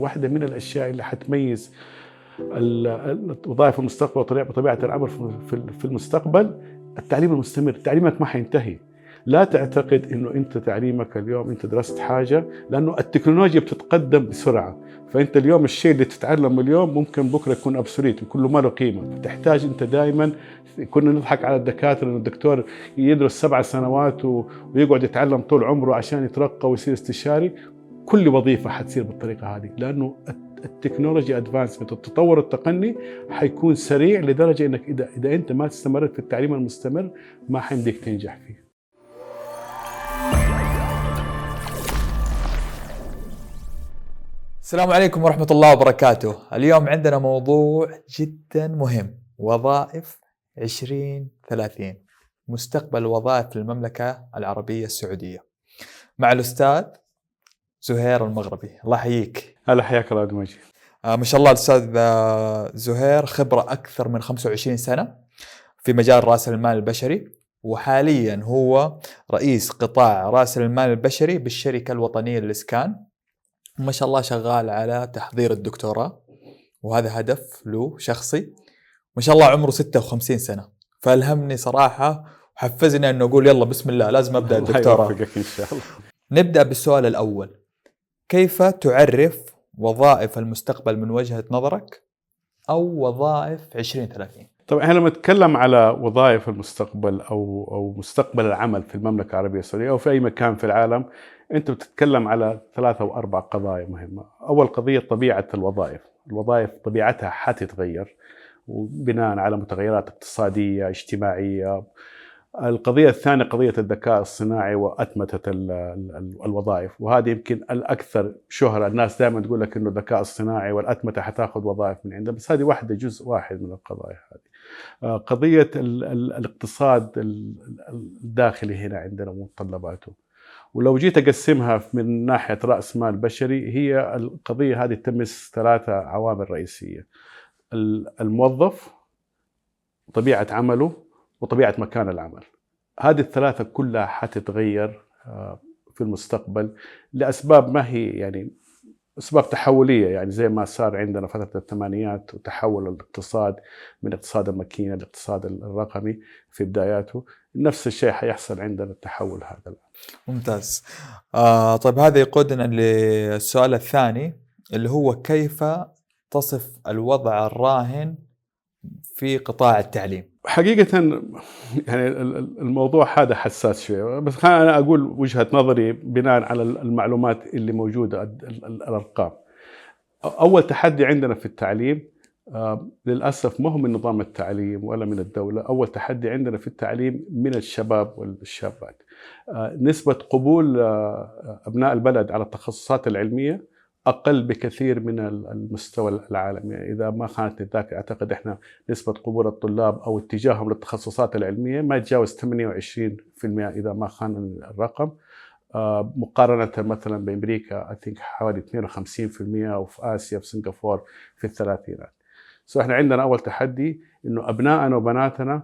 واحدة من الأشياء اللي حتميز وظائف المستقبل وطبيعة العمل في المستقبل التعليم المستمر. تعليمك ما حينتهي. لا تعتقد انه انت تعليمك اليوم انت درست حاجة، لانه التكنولوجيا بتتقدم بسرعة. فانت اليوم الشيء اللي تتعلمه اليوم ممكن بكرة يكون ابسوليت ويكون له ما له قيمة. فتحتاج انت دائما، كنا نضحك على الدكاترة انه الدكتور يدرس 7 سنوات ويقعد يتعلم طول عمره عشان يترقى ويصير استشاري. كل وظيفة حتصير بالطريقة هذه، لانه التكنولوجيا ادفانسمنت، التطور التقني حيكون سريع لدرجة انك اذا انت ما استمرت في التعليم المستمر ما حيمديك تنجح فيه. السلام عليكم ورحمة الله وبركاته. اليوم عندنا موضوع جدا مهم، وظائف 2030، مستقبل وظائف المملكة العربية السعودية، مع الأستاذ زهير المغربي. الله يحييك. هلا، حياك الله عبد المجيد. ما شاء الله الأستاذ زهير خبرة أكثر من 25 سنة في مجال رأس المال البشري، وحاليا هو رئيس قطاع رأس المال البشري بالشركة الوطنية للإسكان. ما شاء الله شغال على تحضير الدكتوراه، وهذا هدف له شخصي. ما شاء الله عمره 56 سنة، فألهمني صراحة وحفزني أنه أقول يلا بسم الله لازم أبدأ الدكتوراه. الله يوفقك إن شاء الله. نبدأ بالسؤال الأول، كيف تعرف وظائف المستقبل من وجهة نظرك، أو وظائف 2030؟ طبعا احنا لما نتكلم على وظائف المستقبل او مستقبل العمل في المملكة العربية السعودية او في اي مكان في العالم، انت بتتكلم على 3 أو 4 قضايا مهمة. اول قضية طبيعة الوظائف. الوظائف طبيعتها حتتغير وبناء على متغيرات اقتصادية اجتماعية. القضية الثانية قضية الذكاء الصناعي وأتمتة الوظائف، وهذه يمكن الأكثر شهرة. الناس دائما تقول لك إنه الذكاء الصناعي والأتمتة حتاخذ وظائف من عندها، بس هذه واحدة، جزء واحد من القضايا هذه. قضية الاقتصاد الداخلي هنا عندنا ومتطلباته، ولو جيت أقسمها من ناحية رأس مال بشري، هي القضية هذه تمس 3 عوامل رئيسية: الموظف، طبيعة عمله، وطبيعة مكان العمل. هذه ال3 كلها حتتغير في المستقبل لأسباب ما هي يعني أسباب تحولية، يعني زي ما صار عندنا فترة الثمانينات وتحول الاقتصاد من اقتصاد الماكينة للاقتصاد الرقمي في بداياته، نفس الشيء حيحصل عندنا التحول هذا. ممتاز. طيب هذا يقودنا للسؤال الثاني، اللي هو كيف تصف الوضع الراهن في قطاع التعليم؟ حقيقة يعني الموضوع هذا حساس شوية، بس خليني أنا أقول وجهة نظري بناء على المعلومات اللي موجودة، الأرقام. أول تحدي عندنا في التعليم للأسف ما هو من نظام التعليم ولا من الدولة. أول تحدي عندنا في التعليم من الشباب والشابات. نسبة قبول أبناء البلد على التخصصات العلمية أقل بكثير من المستوى العالمي. إذا ما خانت الذاكرة أعتقد إحنا نسبة قبول الطلاب أو اتجاههم للتخصصات العلمية ما يتجاوز 28% إذا ما خان الرقم، مقارنة مثلا بأمريكا I think حوالي 52%، وفي آسيا في سنغافورة في الثلاثينات. إحنا عندنا أول تحدي إنه أبنائنا وبناتنا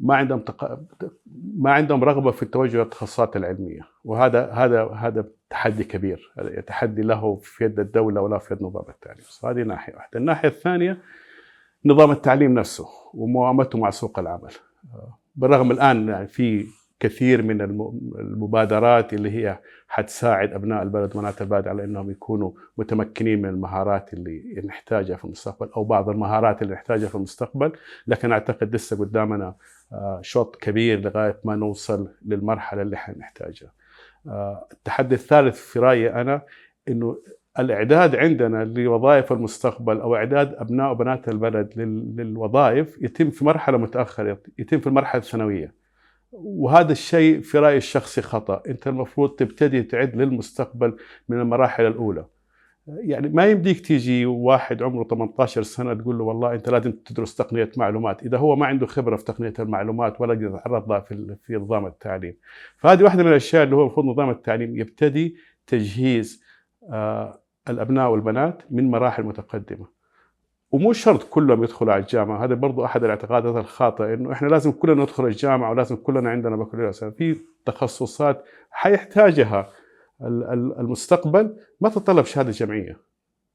ما عندهم رغبة في التوجه للتخصصات العلمية، وهذا تحدي كبير. هذا تحدي له في يد الدولة ولا في يد نظام التعليم. هذه ناحية واحدة. الناحية الثانية نظام التعليم نفسه ومعاملته مع سوق العمل. بالرغم الآن يعني في كثير من المبادرات اللي هي حتساعد أبناء البلد وبنات البلد على أنهم يكونوا متمكنين من المهارات اللي نحتاجها في المستقبل، أو بعض المهارات اللي نحتاجها في المستقبل، لكن أعتقد لسه قدامنا شوط كبير لغاية ما نوصل للمرحلة اللي حنحتاجها. التحدي الثالث في رأيي أنا إنه الإعداد عندنا لوظائف المستقبل أو إعداد أبناء وبنات البلد للوظائف يتم في مرحلة متأخرة، يتم في المرحلة الثانوية. وهذا الشيء في رأيي الشخصي خطأ. أنت المفروض تبتدي تعد للمستقبل من المراحل الأولى. يعني ما يمديك تيجي واحد عمره 18 سنة تقول له والله أنت لازم تدرس تقنية معلومات إذا هو ما عنده خبرة في تقنية المعلومات ولا يقدر يتعرض لها في نظام التعليم. فهذه واحدة من الأشياء اللي هو المفروض نظام التعليم يبتدي تجهيز الأبناء والبنات من مراحل متقدمة. ومو شرط كلهم يدخلوا على الجامعة. هذا برضو أحد الاعتقادات الخاطئة إنه إحنا لازم كلنا ندخل الجامعة ولازم كلنا عندنا بكالوريوس. في تخصصات حيحتاجها المستقبل ما تتطلب شهادة جامعية.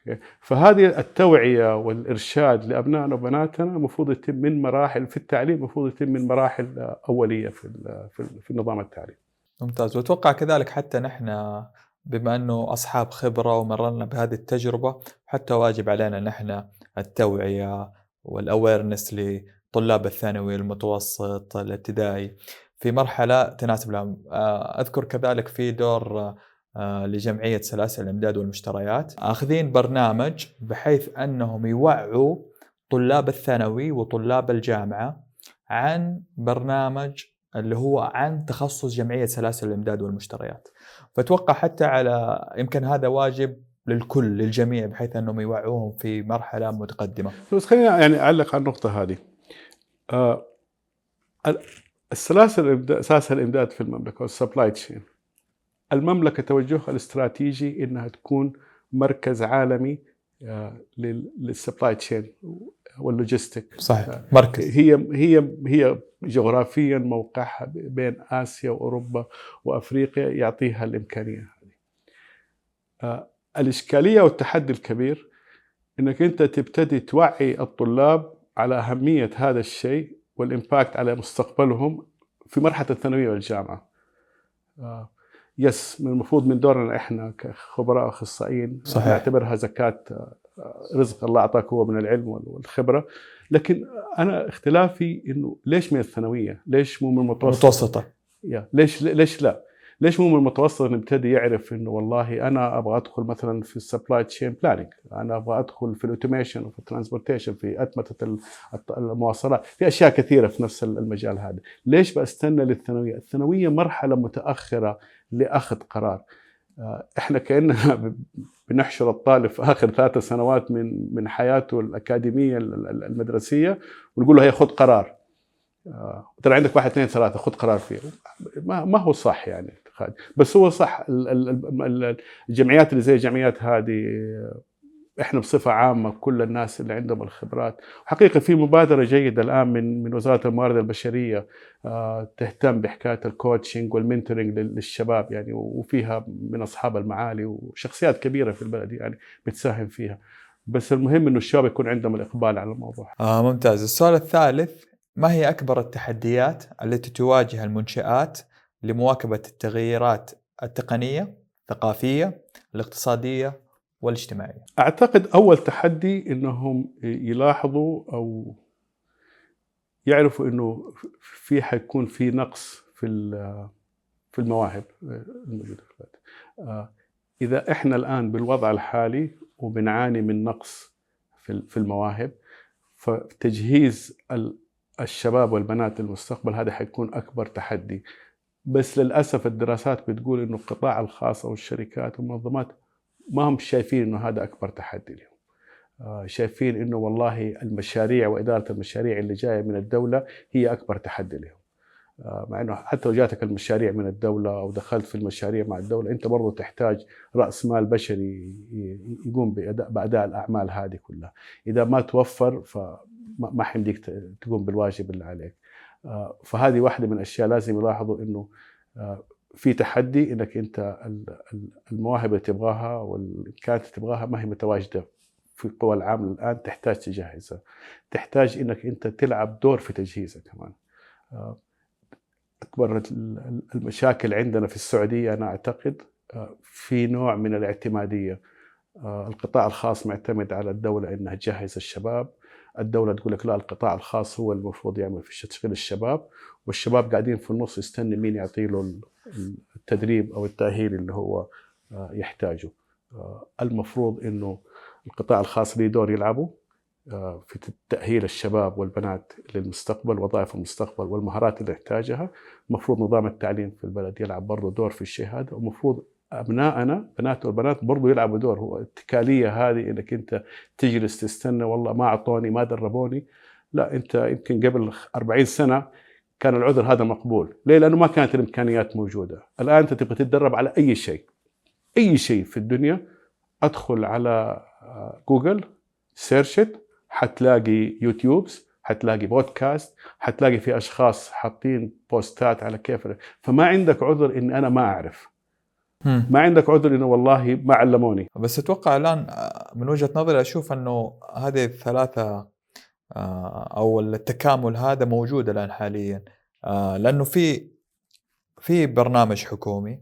فهذه التوعية والإرشاد لأبنائنا وبناتنا المفروض يتم من مراحل في التعليم، المفروض يتم من مراحل أولية في النظام التعليمي. ممتاز. وأتوقع كذلك حتى نحن بما أنه أصحاب خبرة ومررنا بهذه التجربة، حتى واجب علينا نحن التوعية والأويرنس لطلاب الثانوي المتوسط الابتدائي في مرحلة تناسب لهم. أذكر كذلك في دور لجمعية سلاسل الإمداد والمشتريات، أخذين برنامج بحيث أنهم يوعوا طلاب الثانوي وطلاب الجامعة عن برنامج اللي هو عن تخصص جمعية سلاسل الإمداد والمشتريات. فأتوقع حتى على يمكن هذا واجب للكل للجميع بحيث أنهم يوعوهم في مرحلة متقدمة. بس خلينا يعني أعلق على النقطة هذه. سلاسل الإمداد في المملكة والسبلاي تشين، المملكة توجهها الاستراتيجي إنها تكون مركز عالمي للسبلاي تشين واللوجستيك. صحيح، مركز. هي جغرافيا موقعها بين آسيا وأوروبا وأفريقيا يعطيها الإمكانية هذه. الإشكالية والتحدي الكبير إنك أنت تبتدي توعي الطلاب على أهمية هذا الشيء والإمباكت على مستقبلهم في مرحلة الثانوية والجامعة. من المفروض من دورنا إحنا كخبراء أخصائيين نعتبرها زكاة رزق الله أعطاك هو من العلم والخبرة، لكن أنا اختلافي إنه ليش من الثانوية؟ ليش مو من المتوسطة؟ ليش مو من المتوسط نبتدي يعرف إنه والله أنا أبغى أدخل مثلا في السبلاي تشين بلانينج، أنا أبغى أدخل في الأوتوميشن وفي الترانسبورتيشن، في أتمتة المواصلات، في أشياء كثيرة في نفس المجال هذا. ليش بستنى للثانوية؟ الثانوية مرحلة متأخرة لأخذ قرار. إحنا كأننا بنحشر الطالب في آخر 3 سنوات من حياته الأكاديمية المدرسية ونقول له هي خذ قرار، ترى عندك 1 2 3 خذ قرار فيه. ما هو صح يعني، بس هو صح. الجمعيات اللي زي الجمعيات هذه احنا بصفه عامه كل الناس اللي عندهم الخبرات، وحقيقه في مبادره جيده الان من وزاره الموارد البشريه تهتم بحكايه الكوتشنج والمنتورنج للشباب يعني، وفيها من اصحاب المعالي وشخصيات كبيره في البلد يعني بتساهم فيها. بس المهم انه الشباب يكون عندهم الاقبال على الموضوع. ممتاز. السؤال الثالث: ما هي أكبر التحديات التي تواجه المنشآت لمواكبة التغيرات التقنية، الثقافية، الاقتصادية والاجتماعية؟ أعتقد أول تحدي إنهم يلاحظوا أو يعرفوا إنه حيكون في نقص في المواهب الموجودة في البلد. إذا إحنا الآن بالوضع الحالي وبنعاني من نقص في المواهب، فتجهيز الشباب والبنات للمستقبل هذا حيكون أكبر تحدي. بس للأسف الدراسات بتقول إنه القطاع الخاص أو الشركات والمنظمات ما هم شايفين إنه هذا أكبر تحدي لهم. شايفين إنه والله المشاريع وإدارة المشاريع اللي جاية من الدولة هي أكبر تحدي لهم. مع إنه حتى لو جاتك المشاريع من الدولة أو دخلت في المشاريع مع الدولة، أنت برضو تحتاج رأس مال بشري يقوم بأداء الأعمال هذه كلها. إذا ما توفر فما حيمديك تقوم بالواجب اللي عليك. فهذه واحدة من الأشياء لازم يلاحظوا إنه في تحدي إنك أنت المواهب اللي تبغاها والإمكانيات اللي تبغاها ما هي متواجدة في القوى العاملة الآن، تحتاج تجهزها، تحتاج إنك أنت تلعب دور في تجهيزها كمان. أكبر المشاكل عندنا في السعودية أنا أعتقد في نوع من الاعتمادية. القطاع الخاص معتمد على الدولة إنها تجهز الشباب، الدولة تقول لك لا القطاع الخاص هو المفروض يعمل في تشغيل الشباب، والشباب قاعدين في النص يستنى مين يعطي له التدريب أو التأهيل اللي هو يحتاجه. المفروض إنه القطاع الخاص له دور يلعبه في تأهيل الشباب والبنات للمستقبل، وظائف المستقبل والمهارات اللي يحتاجها. المفروض نظام التعليم في البلد يلعب برضه دور في الشيء هذا، ومفروض أبنائنا بنات والبنات برضو يلعبوا دور. هو الاتكالية هذه إنك أنت تجلس تستنى والله ما أعطوني ما دربوني، لا، أنت يمكن قبل 40 سنة كان العذر هذا مقبول. ليه؟ لأنه ما كانت الإمكانيات موجودة. الآن أنت تبغى تتدرب على أي شيء في الدنيا، أدخل على جوجل سيرشت، حتلاقي يوتيوبس، حتلاقي بودكاست، حتلاقي في أشخاص حاطين بوستات على كيف. فما عندك عذر إن أنا ما أعرف. ما عندك عذر إنه والله ما علموني. بس أتوقع الآن من وجهة نظري أشوف أنه هذه الثلاثة أو التكامل هذا موجود الآن حاليا، لأنه في برنامج حكومي،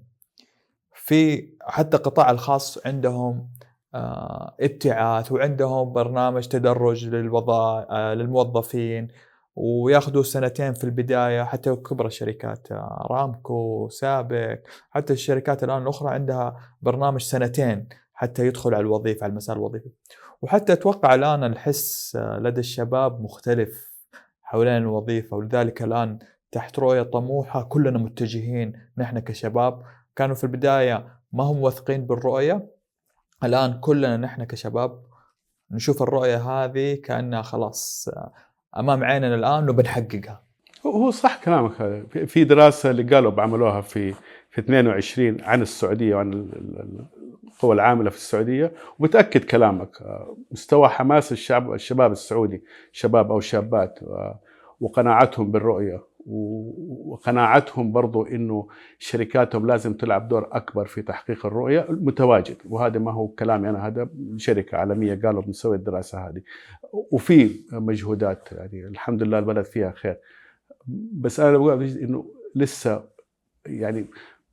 في حتى القطاع الخاص عندهم ابتعاث، وعندهم برنامج تدرج للموظفين، وياخذوا 2 في البداية. حتى كبرى الشركات رامكو، سابق، حتى الشركات الآن الأخرى عندها برنامج 2 حتى يدخل على الوظيفة، على المسار الوظيفي. وحتى أتوقع الآن الحس لدى الشباب مختلف حوالين الوظيفة، ولذلك الآن تحت رؤية طموحة كلنا متجهين. نحن كشباب كانوا في البداية ما هم واثقين بالرؤية، الآن كلنا نحن كشباب نشوف الرؤية هذه كأنها خلاص أمام عيننا الآن وبنحققها. هو صح كلامك هذا. في دراسة اللي قالوا بعملوها في 22 عن السعودية وعن القوى العاملة في السعودية، وبتأكد كلامك. مستوى حماس الشباب السعودي، شباب أو شابات، وقناعتهم بالرؤية، وقناعتهم برضو إنه شركاتهم لازم تلعب دور أكبر في تحقيق الرؤية متواجد. وهذا ما هو كلامي أنا، هذا شركة عالمية قالوا بنسوي الدراسة هذه. وفي مجهودات يعني الحمد لله البلد فيها خير. بس أنا بقول إنه لسه يعني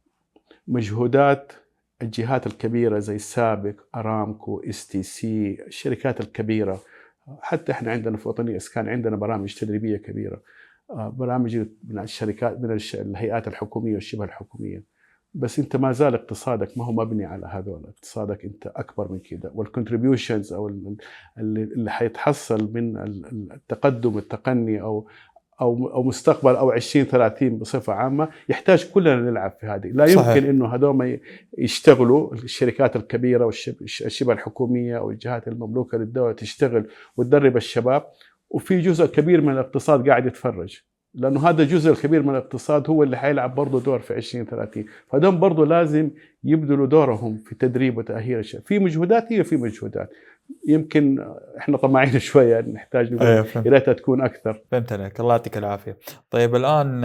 مجهودات الجهات الكبيرة زي السابق، أرامكو، STC، الشركات الكبيرة. حتى إحنا عندنا في وطنية إسكان عندنا برامج تدريبية كبيرة، برامج من الشركات، من الهيئات الحكومية والشبه الحكومية. بس أنت ما زال اقتصادك ما هو مبني على هذول، اقتصادك أنت أكبر من كده. والcontributions أو اللي حيتحصل من التقدم التقني أو مستقبل أو 2030 بصفة عامة، يحتاج كلنا نلعب في هذه. لا يمكن صحيح. إنه هذول يشتغلوا، الشركات الكبيرة والشبه الحكومية أو الجهات المملوكة للدولة تشتغل وتدرب الشباب، وفي جزء كبير من الاقتصاد قاعد يتفرج، لأنه هذا الجزء الكبير من الاقتصاد هو اللي حيلعب برضه دور في 2030. فدهم برضه لازم يبذلوا دورهم في تدريب وتأهيل الشباب. في مجهودات، هي في مجهودات يمكن احنا طماعين شويه، نحتاج نقول يا ريتها تكون اكثر. فهمت عليك، الله يعطيك العافيه. طيب الان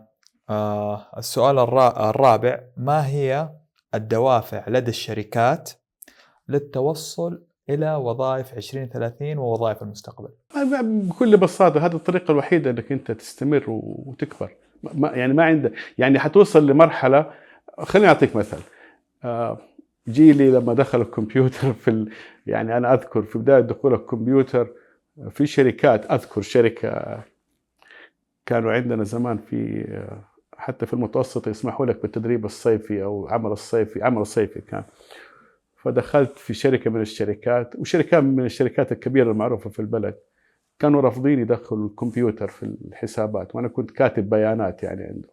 السؤال الرابع، ما هي الدوافع لدى الشركات للتوصل الى وظائف 2030 ووظائف المستقبل؟ بكل بساطه هذه الطريقه الوحيده انك انت تستمر وتكبر. ما عنده يعني حتوصل لمرحله. خليني اعطيك مثل. جيلي لما دخل الكمبيوتر يعني أنا أذكر في بداية دخول الكمبيوتر في شركات، أذكر شركة كانوا عندنا زمان في حتى في المتوسط يسمحوا لك بالتدريب الصيفي أو عمل الصيفي كان. فدخلت في شركة من الشركات، وشركة من الشركات الكبيرة المعروفة في البلد، كانوا رافضين يدخلوا الكمبيوتر في الحسابات، وأنا كنت كاتب بيانات يعني عنده.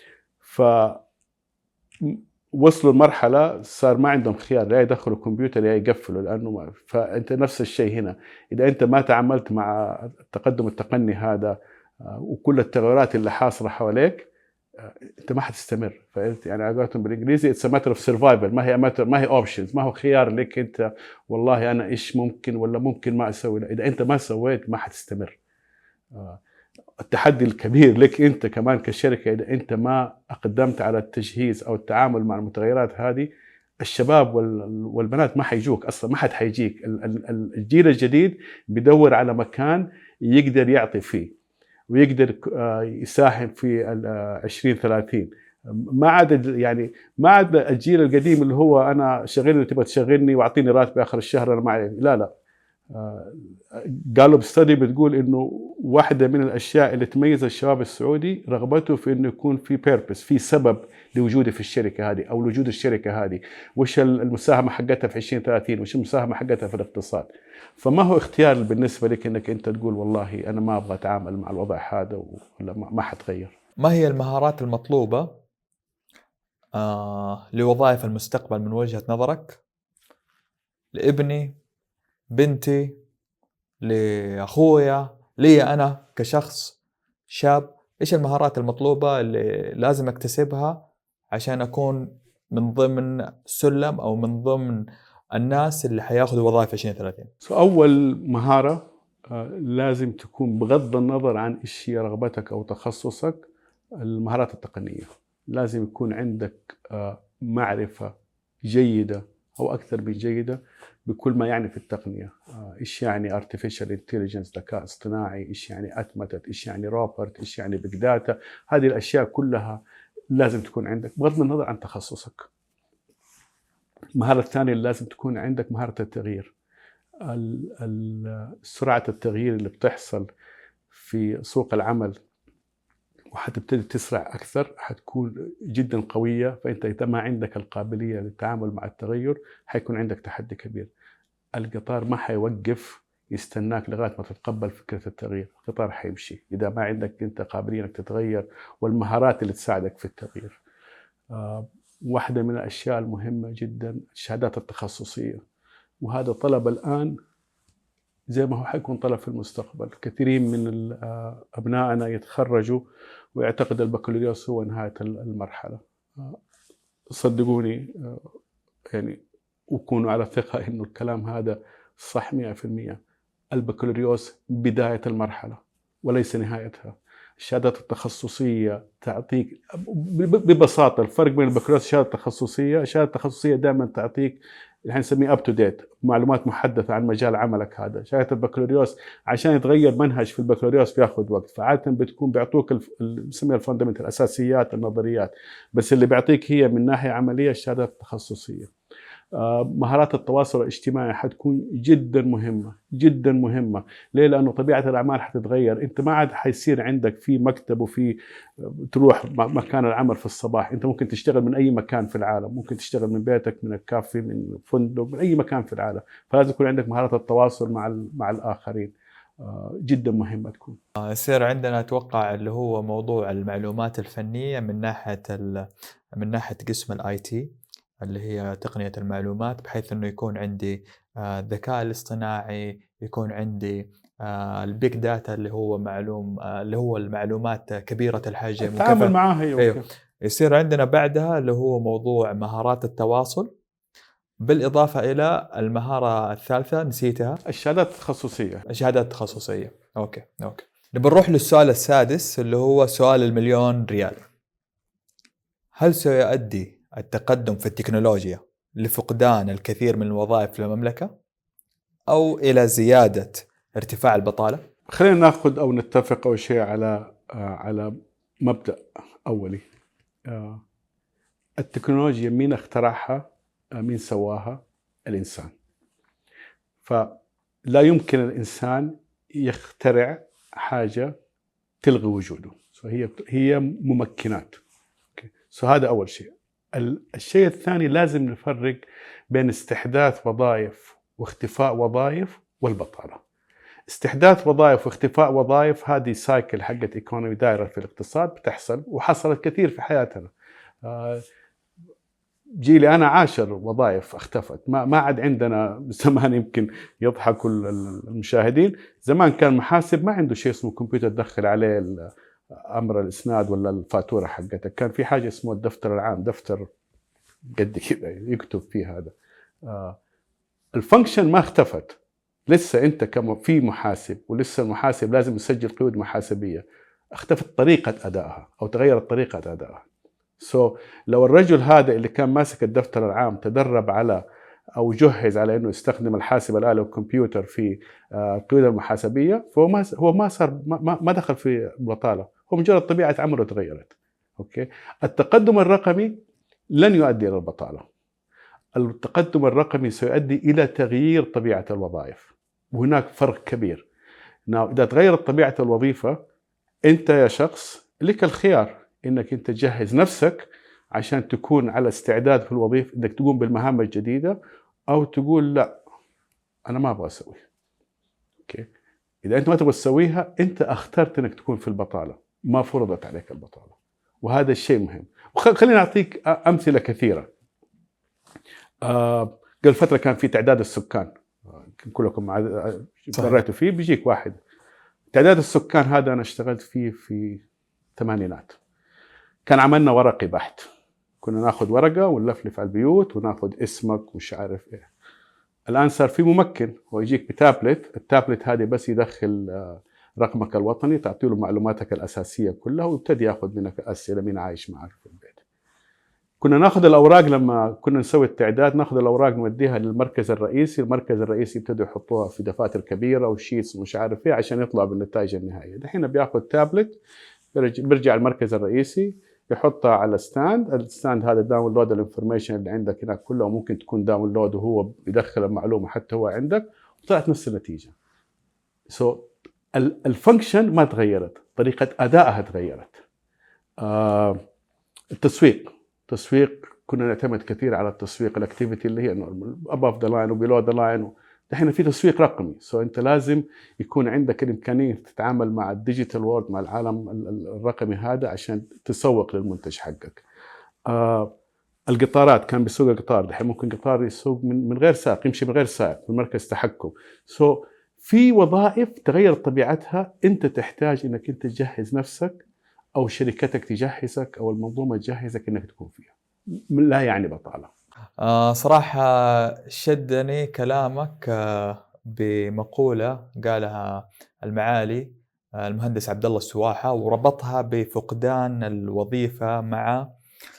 وصلوا لمرحلة صار ما عندهم خيار، لا يدخلوا كمبيوتر يا يقفلوا، لأنه فأنت نفس الشيء هنا. إذا أنت ما تعاملت مع التقدم التقني هذا وكل التغيرات اللي حاصلة حواليك، أنت ما حتستمر. فأنت يعني عبارة بالإنجليزي it's a matter of survival، ما هي options، ما هو خيار لك أنت والله أنا إيش ممكن ولا ممكن ما أسوي. إذا أنت ما سويت ما حتستمر. التحدي الكبير لك أنت كمان كشركة، إذا أنت ما أقدمت على التجهيز أو التعامل مع المتغيرات هذه، الشباب والبنات ما حيجوك أصلا، ما حد حيجيك. الجيل الجديد بيدور على مكان يقدر يعطي فيه ويقدر يساهم في 2030. ما عاد الجيل القديم اللي هو أنا شغلني تبغى تشغلني وأعطيني راتب آخر الشهر أنا معي. لا قالوا بستدي بتقول انه واحدة من الاشياء اللي تميز الشباب السعودي رغبته في انه يكون في بيربس، في سبب لوجوده في الشركة هذه او لوجود الشركة هذه، وش المساهمة حقتها في 2030، وش المساهمة حقتها في الاقتصاد. فما هو اختيار بالنسبة لك انك انت تقول والله انا ما ابغى اتعامل مع الوضع هذا ولا ما حتغير. ما هي المهارات المطلوبة لوظائف المستقبل من وجهة نظرك، لابني، بنتي، لأخويا، لي أنا كشخص شاب؟ إيش المهارات المطلوبة اللي لازم أكتسبها عشان أكون من ضمن سلم أو من ضمن الناس اللي حياخذوا وظائف 2030؟ أول مهارة لازم تكون بغض النظر عن إيش هي رغبتك أو تخصصك، المهارات التقنية. لازم يكون عندك معرفة جيدة أو أكثر من جيدة بكل ما يعني في التقنية. إيش يعني artificial intelligence ذكاء اصطناعي، إيش يعني أتمتة، إيش يعني روبرت، إيش يعني بيج داتا. هذه الأشياء كلها لازم تكون عندك بغض النظر عن تخصصك. المهارة الثانية اللي لازم تكون عندك مهارة التغيير. سرعة التغيير اللي بتحصل في سوق العمل وحتبتدي تسرع أكثر، حتكون جدا قوية. فأنت إذا ما عندك القابلية للتعامل مع التغير حيكون عندك تحدي كبير. القطار ما حيوقف يستناك لغاية ما تتقبل فكرة التغيير، القطار حيمشي إذا ما عندك أنت قابلية أنك تتغير والمهارات اللي تساعدك في التغيير. واحدة من الأشياء المهمة جدا الشهادات التخصصية، وهذا طلب الآن زي ما هو حيكون طلب في المستقبل. كثيرين من أبنائنا يتخرجوا ويعتقد البكالوريوس هو نهاية المرحلة. صدقوني يعني وكونوا على ثقة إنه الكلام هذا صح 100%. البكالوريوس بداية المرحلة وليس نهايتها. الشهادات التخصصية تعطيك ببساطة الفرق بين البكالوريوس والشهادة التخصصية. الشهادة التخصصية دائما تعطيك اللي نسميه up to date، معلومات محدثة عن مجال عملك هذا. شهادة البكالوريوس عشان يتغير منهج في البكالوريوس بياخذ وقت، فعادة بتكون بيعطوك نسميها الفاندمنتال الأساسيات النظريات، بس اللي بيعطيك هي من ناحية عملية الشهادات التخصصية. مهارات التواصل الاجتماعي حتكون جدا مهمة جدا مهمة. ليه؟ لأنه طبيعة الأعمال حتتغير. أنت ما عاد حيصير عندك في مكتب وفي تروح مكان العمل في الصباح. أنت ممكن تشتغل من أي مكان في العالم، ممكن تشتغل من بيتك، من الكافي، من فندق، من أي مكان في العالم. فلازم يكون عندك مهارات التواصل مع الآخرين جدا مهمة تكون. يصير عندنا أتوقع اللي هو موضوع المعلومات الفنية من ناحية قسم الاي تي اللي هي تقنية المعلومات، بحيث انه يكون عندي الذكاء الاصطناعي، يكون عندي البيج داتا اللي هو المعلومات كبيرة الحجم التعامل معها. أيوه. يصير عندنا بعدها اللي هو موضوع مهارات التواصل، بالإضافة إلى المهارة الثالثة نسيتها، الشهادات التخصصية. الشهادات التخصصية. أوكي. نبي نروح للسؤال السادس اللي هو سؤال المليون ريال. هل سيؤدي التقدم في التكنولوجيا لفقدان الكثير من الوظائف في المملكة أو إلى زيادة ارتفاع البطالة؟ خلينا ناخذ أو نتفق أول شيء على مبدأ أولي. التكنولوجيا مين اخترعها؟ مين سواها؟ الإنسان. فلا يمكن الإنسان يخترع حاجة تلغي وجوده. هي ممكنات. هذا أول شيء. الشيء الثاني لازم نفرق بين استحداث وظائف واختفاء وظائف والبطالة. استحداث وظائف واختفاء وظائف هذه سايكل حقت ايكونومي دائرة في الاقتصاد بتحصل وحصلت كثير في حياتنا. جيلي أنا 10 وظائف اختفت. ما عاد عندنا زمان، يمكن يضحكوا المشاهدين، زمان كان محاسب ما عنده شيء اسمه كمبيوتر تدخل عليه أمر الإسناد ولا الفاتورة حقتك. كان في حاجة اسمه الدفتر العام، دفتر قد كده يكتب فيه هذا. الفانكشن ما اختفت، لسه أنت في محاسب ولسه المحاسب لازم يسجل قيود محاسبية. اختفت طريقة أدائها أو تغيرت طريقة أدائها. لو الرجل هذا اللي كان ماسك الدفتر العام تدرب على أو جهز على إنه يستخدم الحاسب الآلي والكمبيوتر في القيود المحاسبية، فهو ما صار ما دخل في بطالة، هو مجرد طبيعة عمله تغيرت. أوكي. التقدم الرقمي لن يؤدي إلى البطالة. التقدم الرقمي سيؤدي إلى تغيير طبيعة الوظائف، وهناك فرق كبير. إذا تغيرت طبيعة الوظيفة، أنت يا شخص لك الخيار إنك أنت تجهز نفسك عشان تكون على استعداد في الوظيفة إنك تقوم بالمهام الجديدة، أو تقول لا أنا ما أبغى أسوي. أوكي. إذا أنت ما تبغى تسويها، أنت اخترت إنك تكون في البطالة، ما فرضت عليك البطالة، وهذا الشيء مهم. وخليني أعطيك أمثلة كثيرة. قبل فترة كان في تعداد السكان، كلكم قرأتوا فيه، بيجيك واحد. تعداد السكان هذا أنا اشتغلت فيه في الثمانينات. كان عملنا ورقي بحت، كنا ناخذ ورقة ونلفلف على البيوت وناخذ اسمك ومش عارف إيه. الآن صار في ممكن، هو يجيك بتابلت، التابلت هذه بس يدخل رقمك الوطني، تعطي له معلوماتك الأساسية كلها، ويبتدي ياخذ منك أسئلة مين عايش معك في البيت. كنا ناخذ الاوراق لما كنا نسوي التعداد، ناخذ الاوراق نوديها للمركز الرئيسي، المركز الرئيسي يبتدوا يحطوها في دفاتر كبيره وشيتس ومش عارف ايه عشان يطلعوا بالنتائج النهائيه. دحين بياخذ تابلت، بيرجع المركز الرئيسي يحطها على الستاند هذا داونلود الانفورميشن اللي عندك هناك كله، وممكن تكون داونلود وهو بيدخل المعلومه حتى هو عندك، وطلعت نفس النتيجه. الفانكشن ما تغيرت، طريقه ادائها تغيرت. التسويق كنا نعتمد كثير على التسويق الاكتيفيتي اللي هي نورمال above the line وbelow the line، دحين في تسويق رقمي. انت لازم يكون عندك الامكانيه تتعامل مع الديجيتال وورد، مع العالم الرقمي هذا، عشان تسوق للمنتج حقك. القطارات كان بيسوق القطار، دحين ممكن قطار يسوق من غير سائق، يمشي من غير سائق من مركز تحكم. في وظائف تغيرت طبيعتها، انت تحتاج انك انت تجهز نفسك او شركتك تجهزك او المنظومه تجهزك انك تكون فيها. لا يعني بطاله. صراحه شدني كلامك بمقوله قالها المعالي المهندس عبد الله السواحه، وربطها بفقدان الوظيفه مع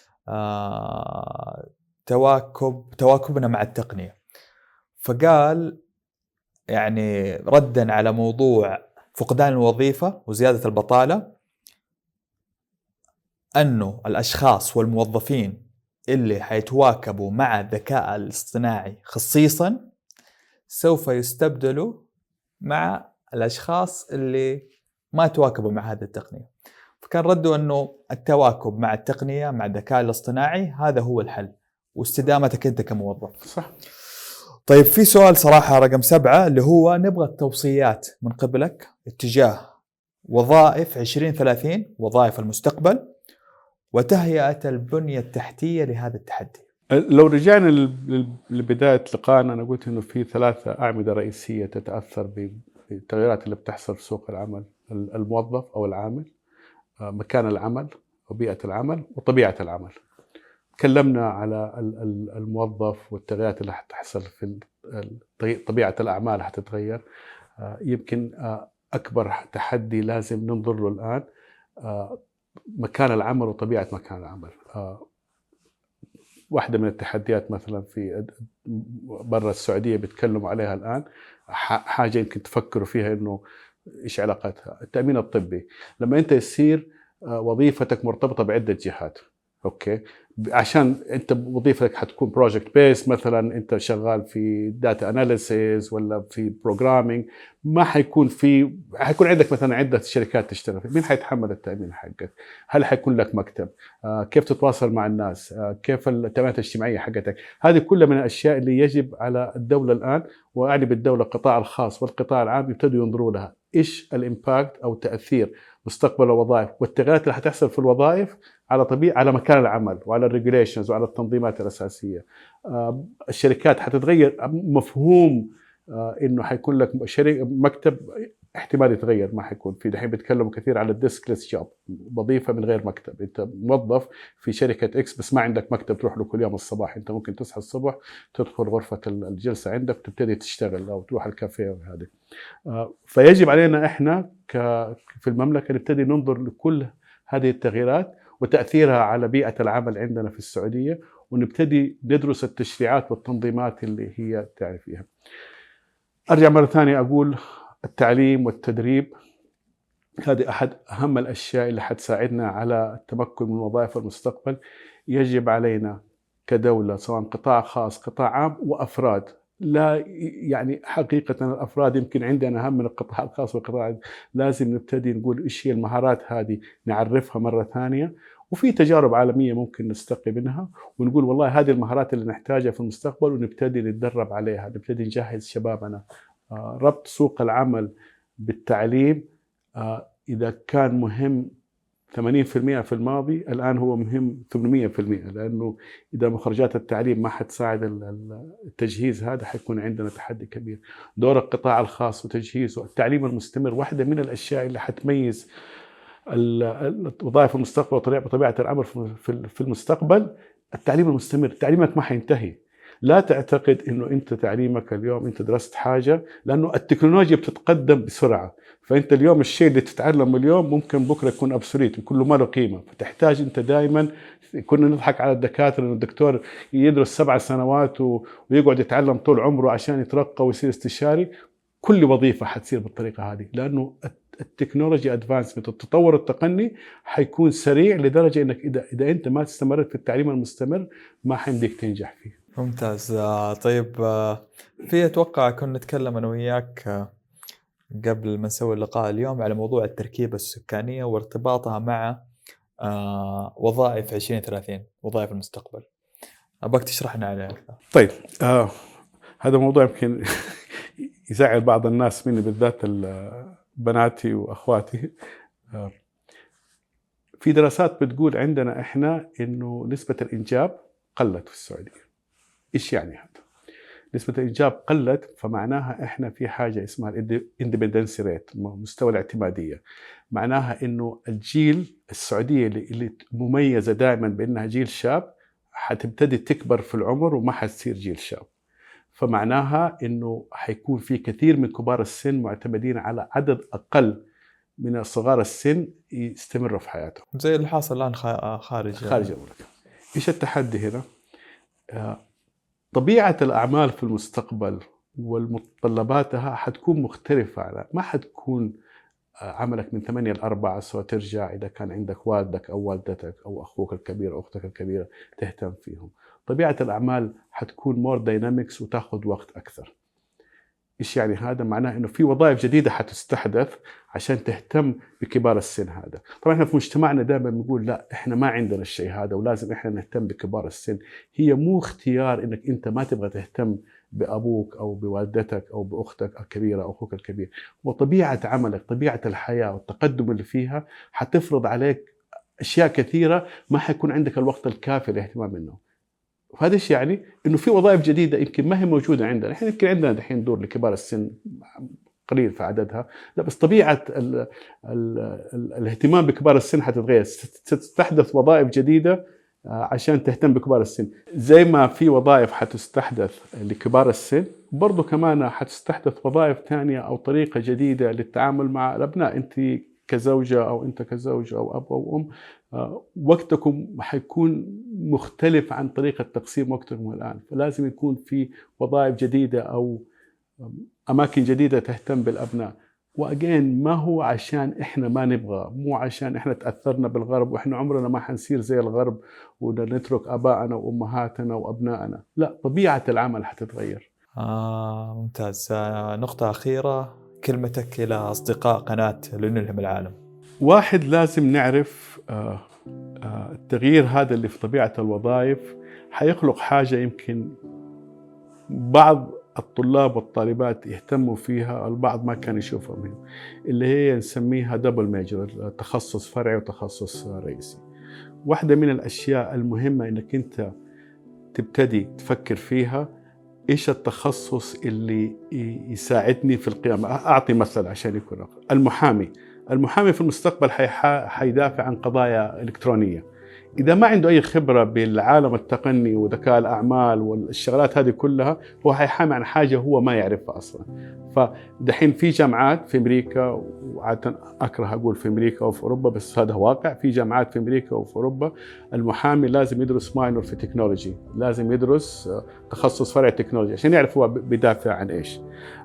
تواكبنا مع التقنيه. فقال يعني ردا على موضوع فقدان الوظيفة وزيادة البطالة، أنه الأشخاص والموظفين اللي حيتواكبوا مع الذكاء الاصطناعي خصيصا سوف يستبدلوا مع الأشخاص اللي ما تواكبوا مع هذه التقنية. فكان رده أنه التواكب مع التقنية مع الذكاء الاصطناعي هذا هو الحل، واستدامتك أنت كموظف. صح. طيب في سؤال صراحة رقم 7 اللي هو نبغى التوصيات من قبلك اتجاه وظائف 2030، وظائف المستقبل، وتهيئة البنية التحتية لهذا التحدي. لو رجعنا لبداية لقائنا، أنا قلت إنه في 3 أعمدة رئيسية تتأثر بالتغيرات اللي بتحصل في سوق العمل: الموظف أو العامل، مكان العمل وبيئة العمل وطبيعة العمل. تكلمنا على الموظف والتغيرات اللي حتحصل في طبيعة الأعمال حتتغير. يمكن أكبر تحدي لازم ننظر له الآن مكان العمل وطبيعة مكان العمل. واحدة من التحديات مثلا في برا السعودية بيتكلموا عليها الآن، حاجة يمكن تفكروا فيها إنه إيش علاقتها، التأمين الطبي. لما أنت يصير وظيفتك مرتبطة بعدة جهات، أوكي، عشان انت وظيفتك حتكون بروجكت بيس، مثلا انت شغال في داتا اناليسيز ولا في بروجرامينج، ما حيكون عندك مثلا عده شركات تشتغل فيه. مين حيتحمل التامين حقك؟ هل حيكون لك مكتب؟ كيف تتواصل مع الناس؟ كيف التامينات الاجتماعيه حقتك؟ هذه كلها من الاشياء اللي يجب على الدوله الان، واعني بالدوله القطاع الخاص والقطاع العام، يبتدوا ينظروا لها ايش الامباكت او تاثير مستقبل الوظائف والتغيرات اللي حتحصل في الوظائف على مكان العمل وعلى الريجوليشنز وعلى التنظيمات الأساسية. الشركات حتتغير، مفهوم إنه حيكون لك مكتب احتمال يتغير، ما حيكون في. دحين بيتكلموا كثير على الديسكلس جوب، وظيفة من غير مكتب. أنت موظف في شركة إكس بس ما عندك مكتب تروح له كل يوم الصباح، أنت ممكن تصحى الصبح تدخل غرفة الجلسة عندك وتبتدي تشتغل أو تروح الكافيه وهذا. فيجب علينا إحنا في المملكة نبتدي ننظر لكل هذه التغييرات وتأثيرها على بيئة العمل عندنا في السعودية، ونبتدي ندرس التشريعات والتنظيمات اللي هي تعرف فيها. أرجع مرة ثانية أقول التعليم والتدريب هذه أحد أهم الأشياء اللي حتساعدنا على التمكن من وظائف المستقبل. يجب علينا كدولة، سواء قطاع خاص قطاع عام وأفراد، لا يعني حقيقة الأفراد يمكن عندنا أهم من القطاع الخاص والقطاع، لازم نبتدي نقول إيش هي المهارات هذه، نعرفها مرة ثانية. وفي تجارب عالمية ممكن نستقي منها ونقول والله هذه المهارات اللي نحتاجها في المستقبل، ونبتدي نتدرب عليها، نبتدي نجهز شبابنا. ربط سوق العمل بالتعليم إذا كان مهم 80% في الماضي، الآن هو مهم 800%، لأنه إذا مخرجات التعليم ما حتساعد التجهيز هذا حيكون عندنا تحدي كبير. دور القطاع الخاص وتجهيزه، التعليم المستمر، واحدة من الأشياء اللي حتميز الوظائف المستقبل وطبيعة العمل في المستقبل. التعليم المستمر، تعليمك ما حينتهي. لا تعتقد إنه أنت تعليمك اليوم أنت درست حاجة، لأنه التكنولوجيا بتتقدم بسرعة. فأنت اليوم الشيء اللي تتعلمه اليوم ممكن بكرة يكون أبسوليت، كله ما له قيمة. فتحتاج أنت دائما، كنا نضحك على الدكاترة إنه الدكتور يدرس 7 سنوات ويقعد يتعلم طول عمره عشان يترقى ويصير استشاري. كل وظيفة حتصير بالطريقة هذه، لأنه التكنولوجيا ادفانسمنت، التطور التقني حيكون سريع لدرجة انك اذا انت ما استمرت في التعليم المستمر ما حيمديك تنجح فيه. ممتاز. طيب، في أتوقع كنا نتكلم أنا وياك قبل ما نسوي اللقاء اليوم على موضوع التركيبة السكانية وارتباطها مع وظائف 2030، وظائف المستقبل. أبغاك تشرحنا عليها أكثر. طيب، هذا موضوع يمكن يزعل بعض الناس مني، بالذات بناتي وأخواتي. في دراسات بتقول عندنا إحنا إنه نسبة الإنجاب قلت في السعودية. إيش يعني هذا؟ نسبة الإنجاب قلت، فمعناها إحنا في حاجة اسمها الاندبندنسي ريت، مستوى الاعتمادية. معناها إنه الجيل السعودية اللي مميزة دائما بأنها جيل شاب حتبتدي تكبر في العمر وما حتصير جيل شاب. فمعناها إنه حيكون في كثير من كبار السن معتمدين على عدد أقل من صغار السن يستمروا في حياتهم، زي اللي حاصل الآن خارج المملكة. إيش التحدي هنا؟ طبيعة الأعمال في المستقبل والمتطلباتها حتكون مختلفة. ما حتكون عملك من 8 ل 4 سواء ترجع إذا كان عندك والدك أو والدتك أو أخوك الكبير أو أختك الكبيرة تهتم فيهم. طبيعة الأعمال حتكون مور داينامكس وتأخذ وقت أكثر. إيش يعني هذا؟ معناه إنه في وظائف جديدة حتستحدث عشان تهتم بكبار السن. هذا طبعا إحنا في مجتمعنا دائما بنقول لا، إحنا ما عندنا الشيء هذا ولازم إحنا نهتم بكبار السن. هي مو اختيار إنك أنت ما تبغى تهتم بأبوك أو بوالدتك أو بأختك الكبيرة أو أخوك الكبير. وطبيعة عملك، طبيعة الحياة والتقدم اللي فيها حتفرض عليك أشياء كثيرة ما حيكون عندك الوقت الكافي للاهتمام منه. وهذا الشيء يعني انه في وظائف جديده يمكن ما هي موجوده عندنا. احنا يمكن عندنا دحين دور لكبار السن قليل في عددها، لا بس طبيعه الاهتمام بكبار السن حتتغير. ستستحدث وظائف جديده عشان تهتم بكبار السن. زي ما في وظائف حتستحدث لكبار السن، برضو كمان حتستحدث وظائف ثانيه او طريقه جديده للتعامل مع الابناء. انت كزوجة أو أنت كزوج أو أب أو أم، وقتكم حيكون مختلف عن طريقة تقسيم وقتكم الآن. فلازم يكون في وظائف جديدة أو أماكن جديدة تهتم بالأبناء. وأجين ما هو عشان إحنا ما نبغى، مو عشان إحنا تأثرنا بالغرب وإحنا عمرنا ما حنصير زي الغرب ونترك أبائنا وأمهاتنا وأبنائنا. لا، طبيعة العمل حتتغير. ممتاز. نقطة أخيرة، كلمتك إلى أصدقاء قناة لنلهم العالم. واحد، لازم نعرف التغيير هذا اللي في طبيعة الوظائف حيخلق حاجة يمكن بعض الطلاب والطالبات يهتموا فيها، البعض ما كان يشوفها منه، اللي هي نسميها دبل ميجر، تخصص فرعي وتخصص رئيسي. واحدة من الأشياء المهمة إنك أنت تبتدي تفكر فيها، إيش التخصص اللي يساعدني في القيام. أعطي مثل عشان يكون المحامي في المستقبل حيدافع عن قضايا إلكترونية. إذا ما عنده أي خبرة بالعالم التقني وذكاء الأعمال والشغلات هذه كلها، هو حيحامي عن حاجة هو ما يعرفها أصلا. فدحين في جامعات في أمريكا، وعادة أكره أقول في أمريكا أو في أوروبا بس هذا واقع، في جامعات في أمريكا وفي أوروبا المحامي لازم يدرس ماينور في تكنولوجي، لازم يدرس تخصص فرع تكنولوجي عشان يعرف هو بيدافع عن إيش.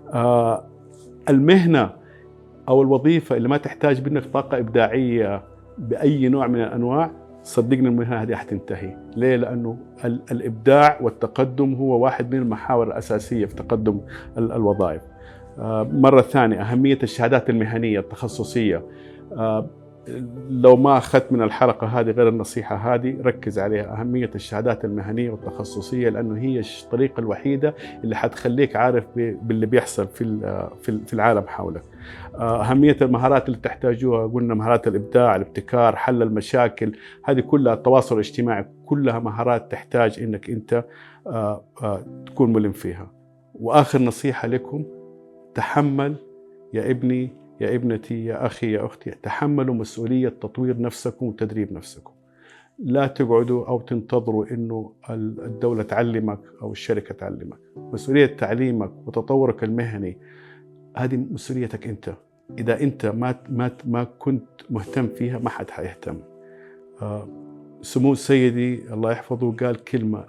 المهنة أو الوظيفة اللي ما تحتاج منك طاقة إبداعية بأي نوع من الأنواع، صدقني المهنة هذه حتنتهي. ليه؟ لأنه الإبداع والتقدم هو واحد من المحاور الأساسية في تقدم الوظائف. مرة ثانية، أهمية الشهادات المهنية التخصصية. لو ما أخذت من الحلقة هذه غير النصيحة هذه، ركز عليها، أهمية الشهادات المهنية والتخصصية، لأنه هي الطريقة الوحيدة اللي حتخليك عارف باللي بيحصل في العالم حولك. أهمية المهارات اللي تحتاجوها، قلنا مهارات الإبداع، الابتكار، حل المشاكل، هذه كلها، التواصل الاجتماعي، كلها مهارات تحتاج إنك أنت تكون ملم فيها. وآخر نصيحة لكم، تحمل يا ابني يا ابنتي يا أخي يا أختي، تحملوا مسؤولية تطوير نفسكم وتدريب نفسكم. لا تقعدوا أو تنتظروا إنه الدولة تعلمك أو الشركة تعلمك. مسؤولية تعليمك وتطورك المهني هذه مسؤوليتك أنت. إذا أنت ما كنت مهتم فيها ما حد حيهتم. سمو سيدي الله يحفظه قال كلمة: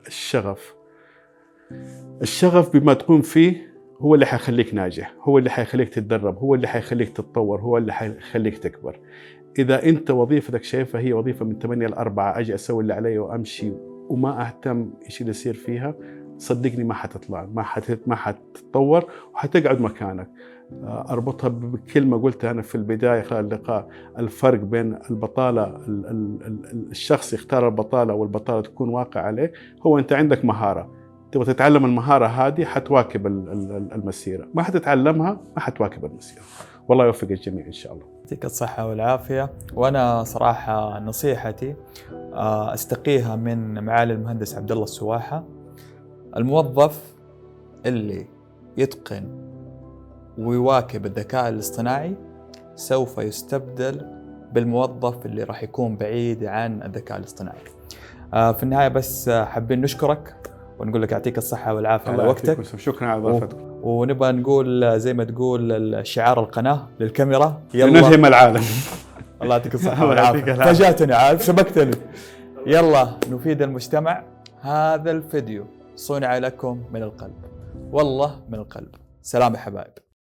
الشغف بما تقوم فيه هو اللي حيخليك ناجح، هو اللي حيخليك تتدرب، هو اللي حيخليك تتطور، هو اللي حيخليك تكبر. إذا أنت وظيفتك شايفها هي وظيفة من 8 ل 4 أجي أسوي اللي علي وأمشي وما أهتم إيش اللي يصير فيها، صدقني ما حتطلع، ما حتتطور وحتقعد مكانك. أربطها بكلمة قلتها أنا في البداية خلال اللقاء: الفرق بين البطالة، الشخص يختار البطالة والبطالة تكون واقع عليه، هو أنت عندك مهارة تبغى تتعلم المهارة هذه حتواكب المسيرة، ما حتتعلمها ما حتواكب المسيرة. والله يوفق الجميع إن شاء الله. يعطيك الصحة والعافية. وأنا صراحة نصيحتي أستقيها من معالي المهندس عبد الله السواحة: الموظف اللي يتقن ويواكب الذكاء الاصطناعي سوف يستبدل بالموظف اللي راح يكون بعيد عن الذكاء الاصطناعي. في النهاية بس حابين نشكرك ونقول لك يعطيك الصحة والعافية على وقتك. شكرا على إضافتك. ونبغى نقول زي ما تقول شعار القناة للكاميرا: يلا نلهم العالم. الله يعطيك الصحة والعافية. فاجأتني عارف، سبقتني. يلا نفيد المجتمع. هذا الفيديو صنع لكم من القلب، والله من القلب. سلام يا حبايب.